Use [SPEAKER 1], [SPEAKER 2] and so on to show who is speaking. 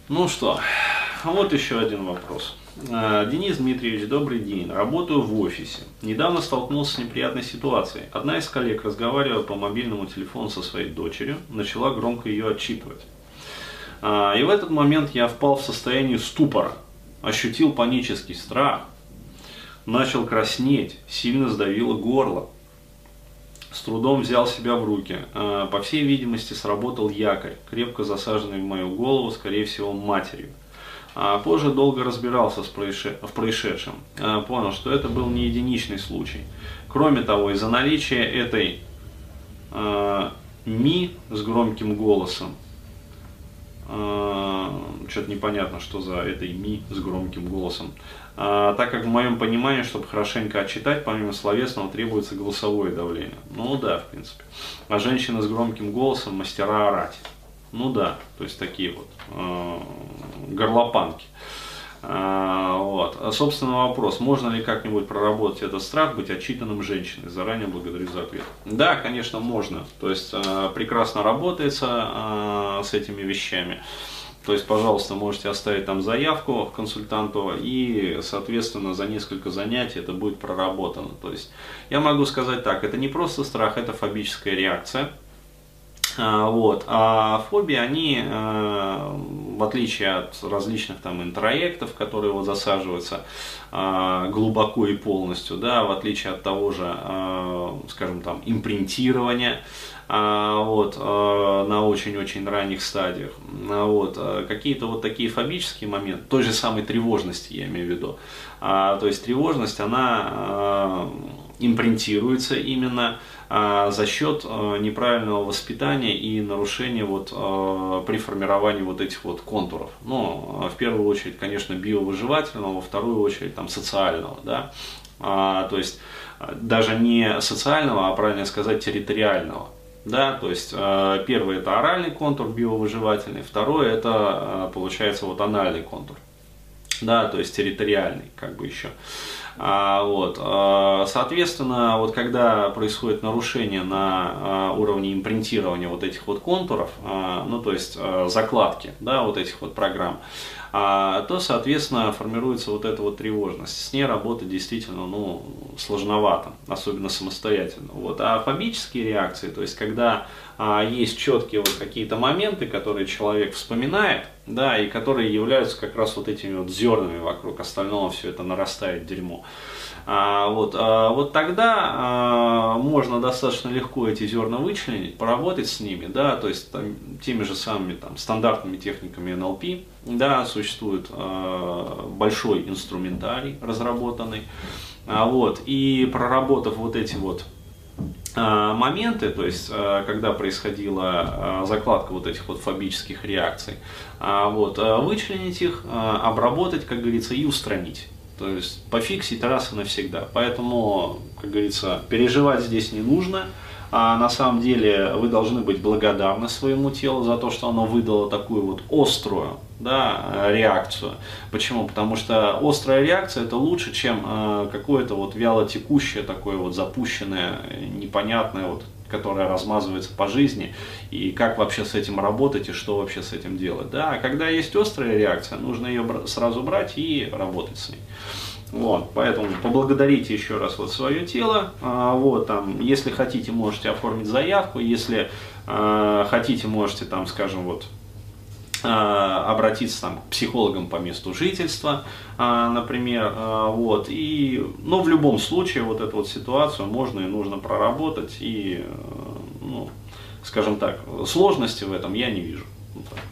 [SPEAKER 1] Ну что, вот еще один вопрос. Денис Дмитриевич, добрый день. Работаю в офисе. Недавно столкнулся с неприятной ситуацией. Одна из коллег, разговаривая по мобильному телефону со своей дочерью, начала громко ее отчитывать. И в этот момент я впал в состояние ступора, ощутил панический страх, начал краснеть, сильно сдавило горло. С трудом взял себя в руки. По всей видимости, сработал якорь, крепко засаженный в мою голову, скорее всего, матерью. Позже долго разбирался в происшедшем. Понял, что это был не единичный случай. Кроме того, из-за наличия этой ми с громким голосом, что-то непонятно, что за этой ми с громким голосом. Так как в моем понимании, чтобы хорошенько отчитать, помимо словесного, требуется голосовое давление. Ну да, в принципе. А женщины с громким голосом мастера орать. Ну да, то есть такие вот горлопанки. Вот. Собственно, вопрос, можно ли как-нибудь проработать этот страх, быть отчитанным женщиной? Заранее благодарю за ответ. Да, конечно, можно. То есть прекрасно работается с этими вещами. То есть, пожалуйста, можете оставить там заявку к консультанту, и, соответственно, за несколько занятий это будет проработано. То есть, я могу сказать так, это не просто страх, это фобическая реакция. Вот. А фобии, они, в отличие от различных там интроектов, которые вот засаживаются глубоко и полностью, да, в отличие от того же, скажем там, импринтирования, вот, на очень-очень ранних стадиях, вот, какие-то вот такие фобические моменты, той же самой тревожности я имею в виду, то есть тревожность, она импринтируется именно за счет неправильного воспитания и нарушения вот, при формировании вот этих вот контуров. Ну, в первую очередь, конечно, биовыживательного, во вторую очередь там, социального. Да? То есть даже не социального, а правильно сказать, территориального. Да, то есть первый это оральный контур биовыживательный, второй это получается вот анальный контур. Да, то есть территориальный, как бы еще. Вот. Соответственно, вот когда происходит нарушение на уровне импринтирования вот этих вот контуров, ну то есть закладки, да, вот этих вот программ, то, соответственно, формируется вот эта вот тревожность. С ней работать действительно, ну, сложновато, особенно самостоятельно. Вот. А фобические реакции, то есть когда есть четкие вот какие-то моменты, которые человек вспоминает, да, и которые являются как раз вот этими вот зернами вокруг остального, все это нарастает дерьмо. Вот тогда можно достаточно легко эти зерна вычленить, поработать с ними, да, то есть там, теми же самыми там, стандартными техниками НЛП, да, существует большой инструментарий разработанный, вот, и проработав вот эти вот моменты, то есть когда происходила закладка вот этих вот фобических реакций, вот, вычленить их, обработать, как говорится, и устранить. То есть пофиксить раз и навсегда. Поэтому, как говорится, переживать здесь не нужно. На самом деле вы должны быть благодарны своему телу за то, что оно выдало такую вот острую, да, реакцию. Почему? Потому что острая реакция это лучше, чем какое-то вот вяло текущее, такое вот запущенное, непонятное, вот, которая размазывается по жизни, и как вообще с этим работать, и что вообще с этим делать. Да? А когда есть острая реакция, нужно ее сразу брать и работать с ней. Вот, поэтому поблагодарите еще раз вот свое тело. Вот, там, если хотите, можете оформить заявку, если хотите, можете, там, скажем, вот, обратиться там, к психологам по месту жительства, например, вот, но в любом случае вот эту вот ситуацию можно и нужно проработать, и, ну, скажем так, сложности в этом я не вижу. Вот так.